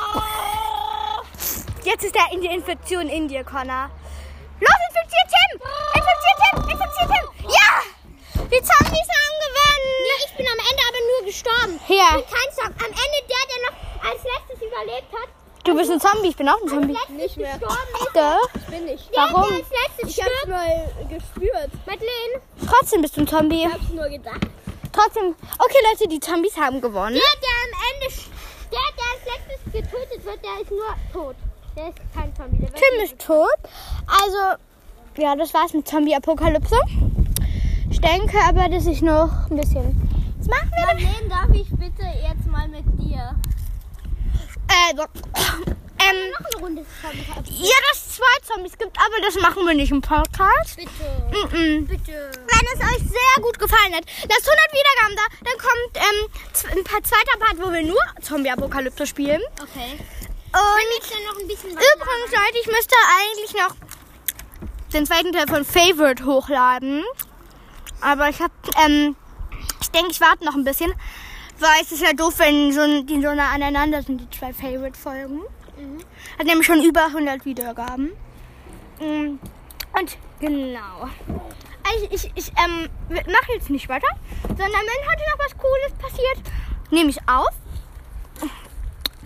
Jetzt ist der in die Infektion in dir, Connor. Los, infiziert Tim. Infiziert Tim. Infiziert Tim. Ja. Die Zombies haben gewonnen. Nee, ich bin am Ende aber nur gestorben. Ja. Ich bin kein Zombie. Am Ende der, der noch als letztes überlebt hat. Du bist ein Zombie, ich bin auch ein Zombie. Nicht mehr. Gestorben ist. Doch. Ich bin nicht. Warum? Der, der als letztes ich hab's mal gespürt. Madeleine. Trotzdem bist du ein Zombie. Ich hab's nur gedacht. Trotzdem. Okay, Leute, die Zombies haben gewonnen. Der, der am Ende, der, der als letztes getötet wird, der ist nur tot. Der ist kein Zombie. Der wird Tim ist tot. Also, ja, das war's mit Zombie-Apokalypse. Ich denke aber, dass ich noch ein bisschen... Was machen wir? Madeleine, darf ich bitte jetzt mal mit dir? Äh, so. Ähm, Noch eine Runde Zombie. ja, dass es zwei Zombies gibt, aber das machen wir nicht im Podcast. Bitte. Mm-mm. Bitte. Wenn es euch sehr gut gefallen hat, lasst hundert Wiedergaben da, dann kommt ähm, z- ein paar zweiter Part, wo wir nur Zombie-Apokalypse spielen. Okay. Und Ich dann noch ein bisschen was übrigens, Leute, ich müsste eigentlich noch den zweiten Teil von Favorite hochladen. Aber ich hab, ähm, ich denke, ich warte noch ein bisschen. Weil es ist ja doof, wenn so, die so nah aneinander sind, die zwei Favorite-Folgen. Mhm. Hat nämlich schon über hundert Wiedergaben. Mm, Und genau. Also ich, ich ähm, mache jetzt nicht weiter, sondern wenn heute noch was Cooles passiert, nehme ich auf.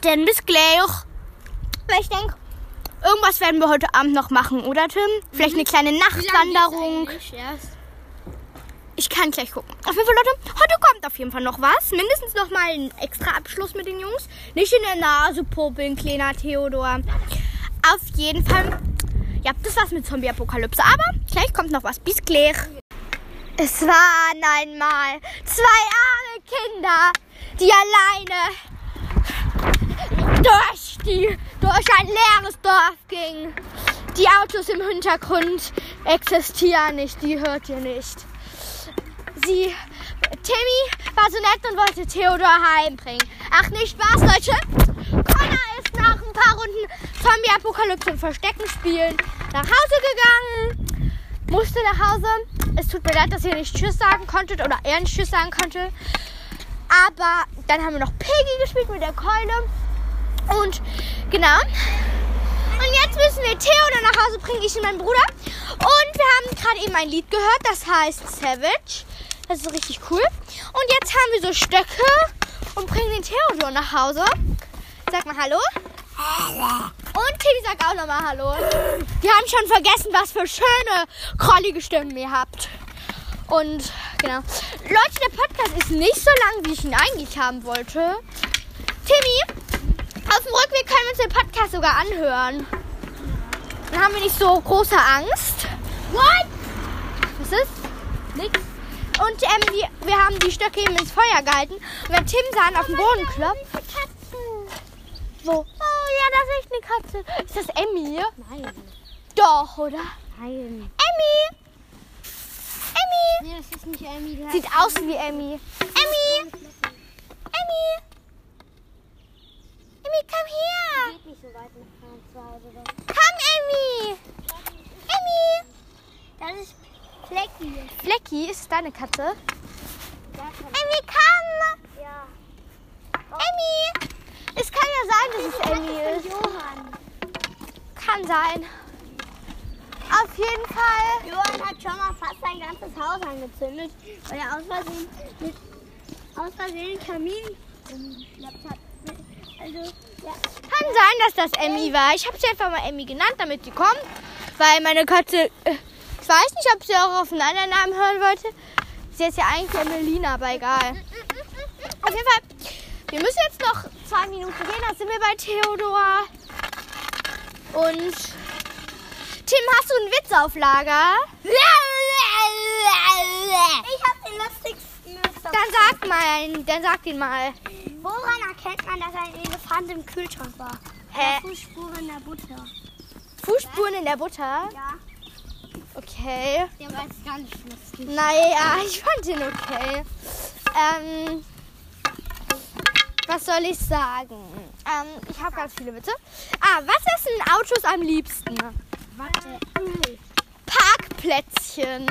Dann bis gleich. Weil ich denke, irgendwas werden wir heute Abend noch machen, oder Tim? Vielleicht eine kleine Nachtwanderung. Ich kann gleich gucken. Auf jeden Fall, Leute, heute kommt auf jeden Fall noch was. Mindestens noch mal ein extra Abschluss mit den Jungs. Nicht in der Nase popeln, kleiner Theodor. Auf jeden Fall, ja, das war's mit Zombie-Apokalypse. Aber gleich kommt noch was. Bis gleich. Es waren einmal zwei arme Kinder, die alleine durch, die, durch ein leeres Dorf gingen. Die Autos im Hintergrund existieren nicht, die hört ihr nicht. Sie, Timmy war so nett und wollte Theodor heimbringen. Ach, nicht wahr, Leute? Connor ist nach ein paar Runden Zombie-Apokalypse und Verstecken spielen nach Hause gegangen. Musste nach Hause. Es tut mir leid, dass ihr nicht Tschüss sagen konntet oder er nicht Tschüss sagen konnte. Aber dann haben wir noch Piggy gespielt mit der Keule. Und genau. Und jetzt müssen wir Theodor nach Hause bringen, ich und mein Bruder. Und wir haben gerade eben ein Lied gehört, das heißt Savage. Das ist richtig cool. Und jetzt haben wir so Stöcke und bringen den Theodor nach Hause. Sag mal Hallo. Und Timmy sagt auch nochmal Hallo. Wir haben schon vergessen, was für schöne, krollige Stimmen ihr habt. Und genau. Leute, der Podcast ist nicht so lang, wie ich ihn eigentlich haben wollte. Timmy, auf dem Rückweg können wir uns den Podcast sogar anhören. Dann haben wir nicht so große Angst. What? Was ist? Nix. Und ähm, wir, wir haben die Stöcke eben ins Feuer gehalten. Und wenn Tim Sahn auf den Boden klopft. Wo? Oh ja, da sehe ich eine Katze. Ist das Emmy? Nein. Doch, oder? Nein. Emmy! Emmy! Nee, das ist nicht Emmy. Das Sieht aus wie Emmy. Emmy! Emmy! Emmy, komm her! geht nicht so weit nach zu Hause. Das, Komm, Emmy! Emmy! das ist Flecki. Flecki, ist es deine Katze? Da kann Emmy, komm! ja. Emmy! Es kann ja sein, dass es Emmy ist. Johann. Kann sein. Auf jeden Fall. Johann hat schon mal fast sein ganzes Haus angezündet, weil er aus Versehen mit aus Versehen den Kamin umgeschleppt hat. Also, ja. Kann sein, dass das Emmy war. Ich habe sie einfach mal Emmy genannt, damit sie kommt. Weil meine Katze, äh, ich weiß nicht, ob sie auch auf einen anderen Namen hören wollte. Sie ist ja eigentlich Emelina, aber egal. Auf jeden Fall, wir müssen jetzt noch zwei Minuten gehen, dann sind wir bei Theodor. Und Tim, hast du einen Witz auf Lager? Ich habe den lustigsten. Dann sag mal, dann sag ihn mal. Woran erkennt man, dass ein Elefant im Kühlschrank war? Hä? Fußspuren in der Butter. Fußspuren in der Butter? Ja. Okay. Der war jetzt gar nicht lustig. Naja, ich fand ihn okay. Ähm, was soll ich sagen? Ähm, ich habe ganz viele Witze. Ah, was essen Autos am liebsten? Warte. Parkplätzchen.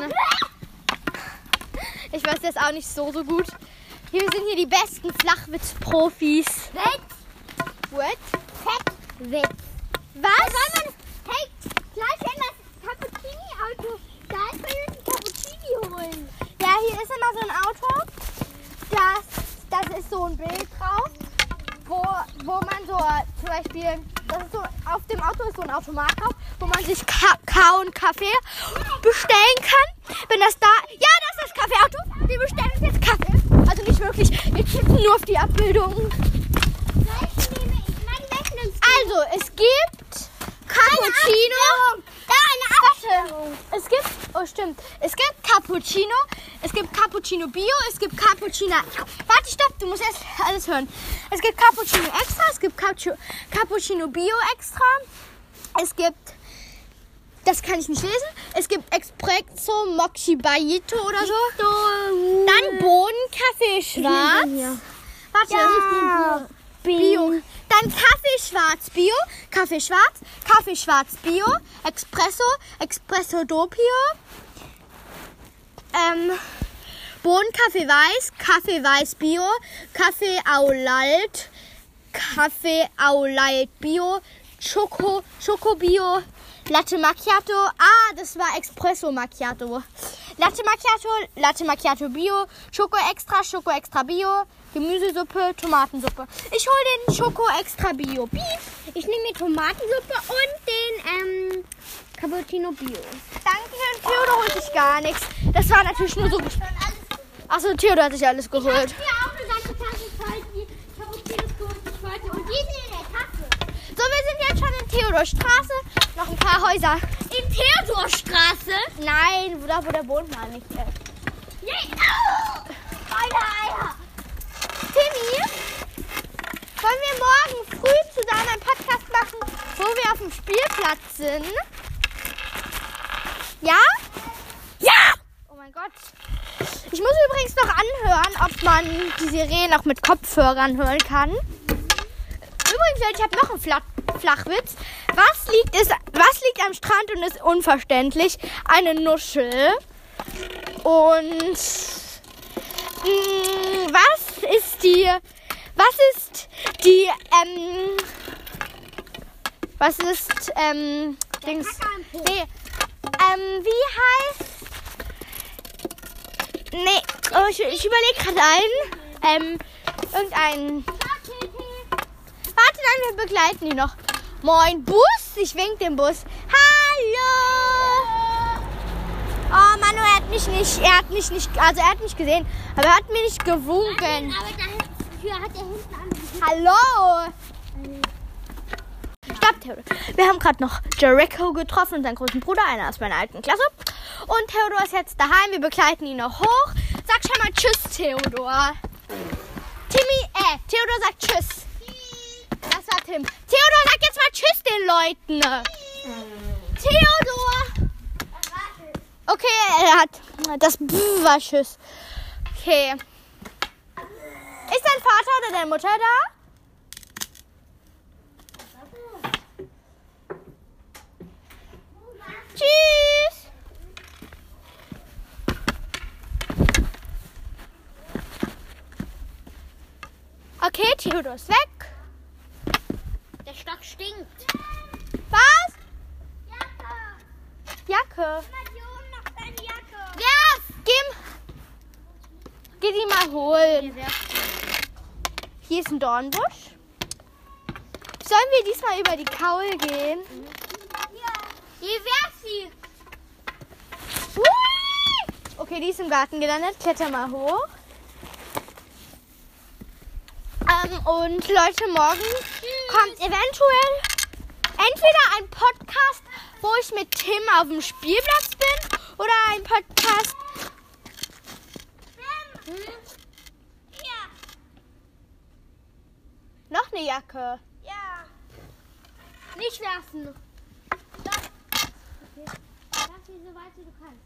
Ich weiß das auch nicht so, so gut. Wir sind hier die besten Flachwitz-Profis. Witz. What? Fettwitz. Was? Hey, gleich in das Cappuccini-Auto. Da ist man ein Cappuccini holen. Ja, hier ist immer so ein Auto. Das, das ist so ein Bild drauf, wo, wo man so zum Beispiel, das ist so, auf dem Auto ist so ein Automat drauf, wo man sich Kakao und Kaffee bestellen kann. Wenn das da, ja, das ist das Kaffeeauto. Wir bestellen uns jetzt Kaffee. Also nicht wirklich, wir klicken nur auf die Abbildung. Welchen nehme ich? Nein, welchen nimmst du? Also, es gibt Cappuccino. Ja, eine Abstimmung. Es gibt, oh stimmt, es gibt Cappuccino, es gibt Cappuccino Bio, es gibt Cappuccino, warte, stopp, du musst erst alles hören. Es gibt Cappuccino Extra, es gibt Cappuccino, Cappuccino Bio Extra, es gibt, das kann ich nicht lesen, es gibt Espresso Mochi Bajito oder so. Dann Bohnenkaffee Schwarz. Warte, Ja. Bio. Dann Kaffee schwarz Bio, Kaffee schwarz, Kaffee schwarz Bio, Espresso, Espresso Doppio, ähm, Bohnenkaffee weiß, Kaffee weiß Bio, Kaffee au Lalt, Kaffee au Lalt Bio, Schoko, Schoko Bio, Latte Macchiato, ah, das war Espresso Macchiato. Latte Macchiato, Latte Macchiato Bio, Schoko Extra, Schoko Extra Bio, Gemüsesuppe, Tomatensuppe. Ich hole den Schoko extra Bio. Ich nehme die Tomatensuppe und den ähm, Cappuccino Bio. Danke, Theodor holt sich gar nichts. Das war natürlich nur so. Achso, Theodor hat sich alles geholt. Ich habe hier auch eine ganze Tasse voll, die Cappuccinos geholt, die ich wollte. Und die sind in der Tasse. So, wir sind jetzt schon in Theodorstraße. Noch ein paar Häuser. In Theodorstraße? Nein, wo, da wo der wohnt mal nicht. Äh. Nee. Oh, meine Eier. Timmy, wollen wir morgen früh zusammen einen Podcast machen, wo wir auf dem Spielplatz sind? Ja? Ja! Oh mein Gott. Ich muss übrigens noch anhören, ob man die Sirene auch mit Kopfhörern hören kann. Übrigens, ich habe noch einen Flach Flachwitz. Was liegt, ist, was liegt am Strand und ist unverständlich? Eine Nuschel. Und mh, was ist die... Was ist die... Ähm, was ist... Ähm, Dings... Nee. Ähm, wie heißt... Nee, oh, ich, ich überlege gerade einen. Ähm, irgendein... Warte, nein, wir begleiten die noch. Moin, Bus. Ich wink dem Bus. Hallo. Oh Mann, er hat mich nicht, er hat mich nicht, also er hat mich gesehen, aber er hat mir nicht gewunken. Aber dafür hat er hinten an. Hallo. Stopp, Theodor. Wir haben gerade noch Jericho getroffen und seinen großen Bruder, einer aus meiner alten Klasse. Und Theodor ist jetzt daheim, wir begleiten ihn noch hoch. Sag schon mal Tschüss, Theodor. Timmy, äh, Theodor sagt Tschüss. Das war Tim. Theodor, sag jetzt mal Tschüss den Leuten. Theodor. Okay, er hat das B war Tschüss. Okay. Ist dein Vater oder deine Mutter da? Tschüss. Okay, Theodor ist weg. Der Stock stinkt. Was? Jacke. Jacke. Hier oben noch deine Jacke. Ja, geh, geh die mal holen. Hier ist ein Dornbusch. Sollen wir diesmal über die Kaul gehen? Ja. Hier wär's sie. Hui! Okay, die ist im Garten gelandet. Kletter mal hoch. Ähm, und Leute, morgen kommt eventuell entweder ein Podcast, wo ich mit Tim auf dem Spielplatz bin, oder ein Podcast. Hm? Ja. Noch eine Jacke. Ja. Nicht werfen. Doch. Okay. Lass sie so weit wie du kannst.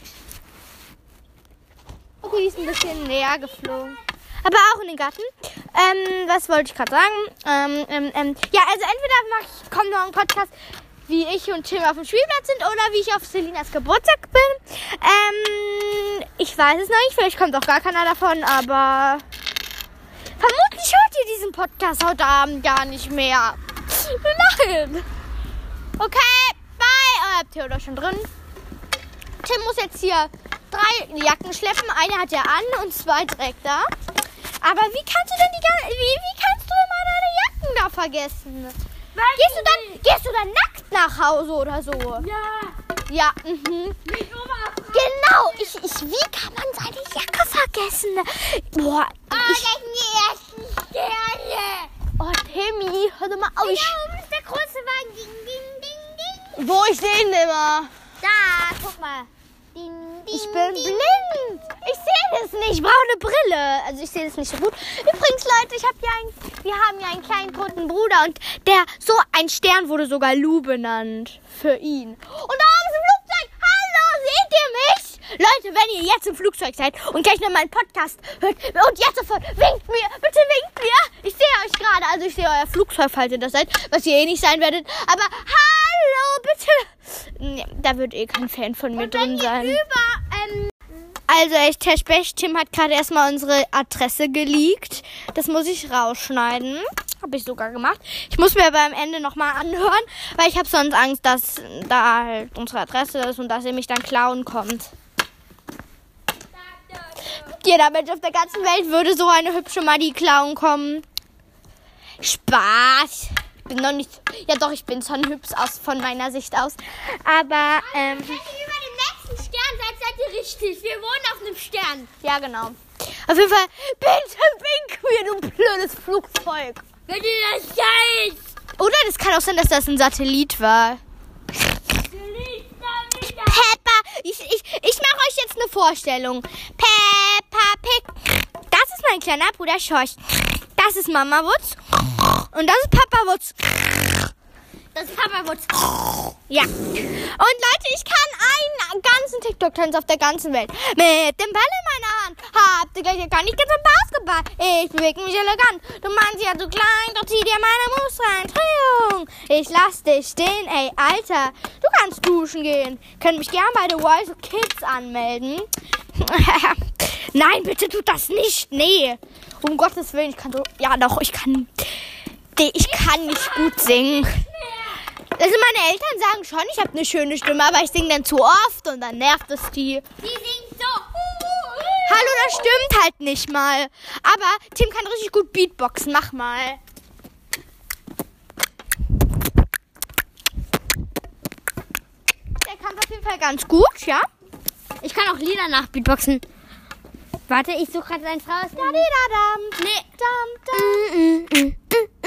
Okay, die ist ein bisschen näher geflogen. Aber auch in den Garten. Ähm, was wollte ich gerade sagen? Ähm, ähm, ähm, ja, also entweder mach ich, kommt noch ein Podcast, wie ich und Tim auf dem Spielplatz sind, oder wie ich auf Selinas Geburtstag bin. Ähm, ich weiß es noch nicht, vielleicht kommt auch gar keiner davon, aber vermutlich hört ihr diesen Podcast heute Abend gar nicht mehr. Nein. Okay, bye. Oh, habt Theodor schon drin. Tim muss jetzt hier drei Jacken schleppen. Eine hat er an und zwei trägt er. Aber wie kannst du denn die ganze, wie, wie kannst du immer deine Jacken da vergessen? Gehst du dann, gehst du dann nackt nach Hause oder so? Ja. Ja, mhm. Mit Oma. Genau. Ich, ich, wie kann man seine Jacke vergessen? Boah, Oh, ich, das sind die ersten Sterne. oh, Timmy, hör doch mal auf. Da Ich, oben ist der große Wagen. Ding, ding, ding, ding. wo ich sehe ihn immer. Da, guck mal. Ding, ding, Ich bin ding. blind. Ich sehe das nicht. Ich brauche eine Brille. Also ich sehe das nicht so gut. Übrigens, Leute, ich habe ja einen, wir haben ja einen kleinen toten Bruder und der, so ein Stern wurde sogar Lou benannt für ihn. Und da oben ist ein Flugzeug. Hallo, seht ihr mich? Leute, wenn ihr jetzt im Flugzeug seid und gleich noch meinen Podcast hört und jetzt sofort winkt mir, bitte winkt mir. Ich sehe euch gerade, also ich sehe euer Flugzeug, falls ihr das seid, was ihr eh nicht sein werdet. Aber hallo, bitte. Nee, da wird eh kein Fan von mir drin sein. Über, ähm, Also echt, Herr Specht, Tim hat gerade erstmal unsere Adresse geleakt. Das muss ich rausschneiden. Habe ich sogar gemacht. Ich muss mir aber am Ende nochmal anhören, weil ich habe sonst Angst, dass da halt unsere Adresse ist und dass ihr mich dann klauen kommt. Jeder Mensch auf der ganzen Welt würde so eine hübsche Maddie klauen kommen. Spaß. Bin noch nicht. Ja doch, ich bin schon hübsch aus von meiner Sicht aus. Aber, ähm. Wenn ihr über dem nächsten Stern seid, seid ihr richtig. Wir wohnen auf einem Stern. Ja, genau. Auf jeden Fall, bitte wink mir, du blödes Flugzeug. Wenn ihr das seid. Oder das kann auch sein, dass das ein Satellit war. Peppa, ich, ich, ich mache euch jetzt eine Vorstellung. Peppa Pig. Das ist mein kleiner Bruder Schorsch. Das ist Mama Wutz. Und das ist Papa Wutz. Das ist Papa Wutz. Ja. Und Leute, ich kann einen ganzen TikTok-Tanz auf der ganzen Welt. Mit dem Ball in meiner Hand. Habt ihr gleich gar nicht ganz am Basketball. Ich bewege mich elegant. Du meinst ja zu klein, doch zieh dir meine Moves rein. Triumph. Ich lass dich stehen, ey, Alter. Du kannst duschen gehen. Könnt mich gern bei The Voice of Kids anmelden. Nein, bitte tut das nicht. Nee. Um Gottes Willen, ich kann so... Ja, doch, ich kann... Ich kann nicht gut singen. Also meine Eltern sagen schon, ich habe eine schöne Stimme, aber ich singe dann zu oft und dann nervt es die. Die singt so. Hallo, das stimmt halt nicht mal. Aber Tim kann richtig gut Beatboxen. Mach mal. Der kann auf jeden Fall ganz gut, ja. Ich kann auch Lieder nach Beatboxen. Warte, ich suche gerade seinen Frau. Nee. Dam, dam.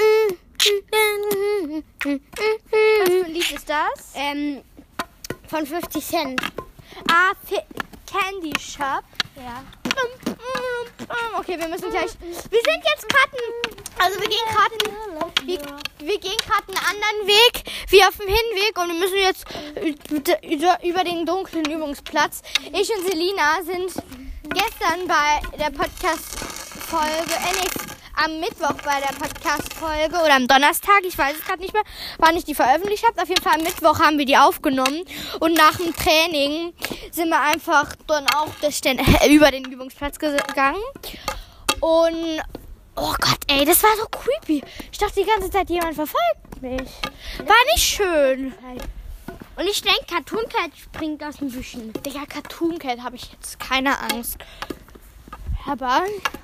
Was für ein Lied ist das? Ähm, von fifty Cent. Ah, F- Candy Shop. Ja. Okay, wir müssen gleich. Wir sind jetzt gerade. Also wir gehen gerade. Wir, wir gehen gerade einen anderen Weg wie auf dem Hinweg und wir müssen jetzt über, über den dunklen Übungsplatz. Ich und Selina sind gestern bei der Podcast-Folge, äh, nee, am Mittwoch bei der Podcast-Folge oder am Donnerstag, ich weiß es gerade nicht mehr, wann ich die veröffentlicht habe. Auf jeden Fall am Mittwoch haben wir die aufgenommen und nach dem Training sind wir einfach dann auch das Sten- über den Übungsplatz gegangen und oh Gott, ey, das war so creepy. Ich dachte die ganze Zeit, jemand verfolgt mich. War nicht schön. Und ich denke, Cartoon Cat springt aus den Büschen. Digga, Cartoon Cat habe ich jetzt keine Angst. Aber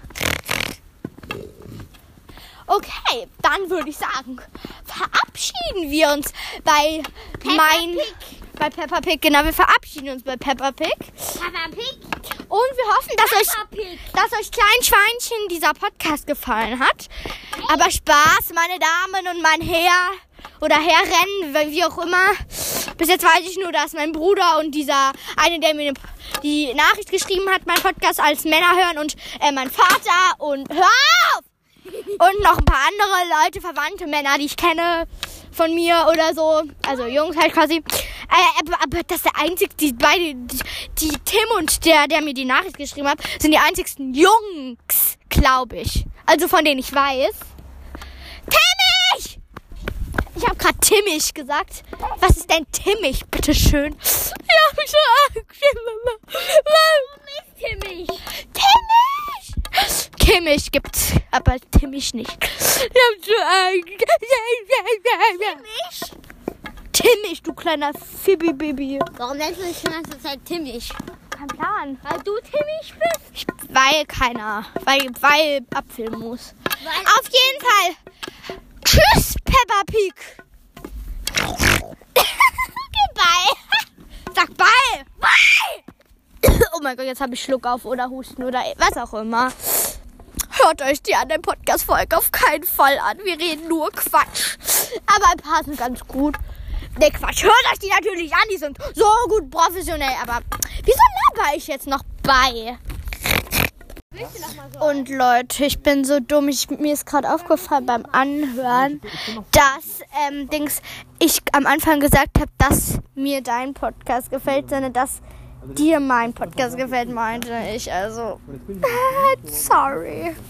okay, dann würde ich sagen, verabschieden wir uns bei Peppa mein Pig. bei Peppa Pig. Genau, wir verabschieden uns bei Peppa Pig. Peppa Pig. Und wir hoffen, dass euch, Peppa Pig. dass euch kleinen Schweinchen dieser Podcast gefallen hat. Aber Spaß, meine Damen und mein Herr oder Herren, wie auch immer. Bis jetzt weiß ich nur, dass mein Bruder und dieser eine, der mir die Nachricht geschrieben hat, mein Podcast als Männer hören und äh, mein Vater und hör auf! Und noch ein paar andere Leute, verwandte Männer, die ich kenne von mir oder so. Also Jungs halt quasi. Äh, aber, aber das ist der einzige, die beide, die, die Tim und der, der mir die Nachricht geschrieben hat, sind die einzigsten Jungs, glaube ich. Also von denen ich weiß. Timmich! Ich habe gerade Timmich gesagt. Was ist denn Timmich, bitteschön? Ja, ich so Angst. Timmich. Timmich! Kimmich gibt's, aber Timmich nicht. Ich hab so Angst. Timmich? Timmich, du kleiner Fibi-Bibi. Warum nennst du dich die ganze Zeit Timmich? Kein Plan. Weil du Timmich bist. Ich, weil keiner. Weil, weil Apfelmus. Weil Auf jeden Fall. Tschüss, Peppa Pig. Bye. Sag bye. Bye. Oh mein Gott, jetzt habe ich Schluck auf oder Husten oder was auch immer. Hört euch die anderen Podcast-Folgen auf keinen Fall an. Wir reden nur Quatsch. Aber ein paar sind ganz gut. Ne, Quatsch. Hört euch die natürlich an. Die sind so gut professionell. Aber wieso laber ich jetzt noch bei? Und Leute, ich bin so dumm. Ich, mir ist gerade aufgefallen beim Anhören, dass ähm, Dings, ich am Anfang gesagt habe, dass mir dein Podcast gefällt, sondern dass dir mein Podcast gefällt, meinte ich. Also, sorry.